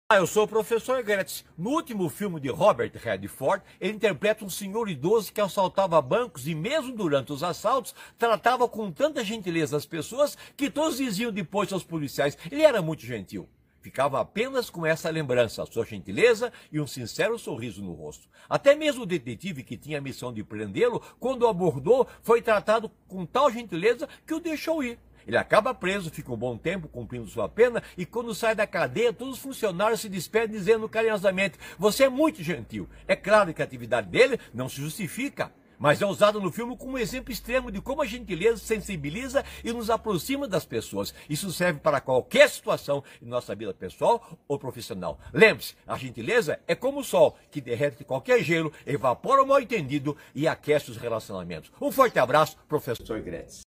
Eu sou o professor Gretz. No último filme de Robert Redford, ele interpreta um senhor idoso que assaltava bancos e mesmo durante os assaltos, tratava com tanta gentileza as pessoas que todos diziam depois aos policiais, ele era muito gentil. Ficava apenas com essa lembrança, a sua gentileza e um sincero sorriso no rosto. Até mesmo o detetive que tinha a missão de prendê-lo, quando o abordou, foi tratado com tal gentileza que o deixou ir. Ele acaba preso, fica um bom tempo cumprindo sua pena e quando sai da cadeia, todos os funcionários se despedem dizendo carinhosamente: "Você é muito gentil." É claro que a atividade dele não se justifica, mas é usado no filme como um exemplo extremo de como a gentileza sensibiliza e nos aproxima das pessoas. Isso serve para qualquer situação em nossa vida pessoal ou profissional. Lembre-se, a gentileza é como o sol, que derrete qualquer gelo, evapora o mal-entendido e aquece os relacionamentos. Um forte abraço, professor Gretz.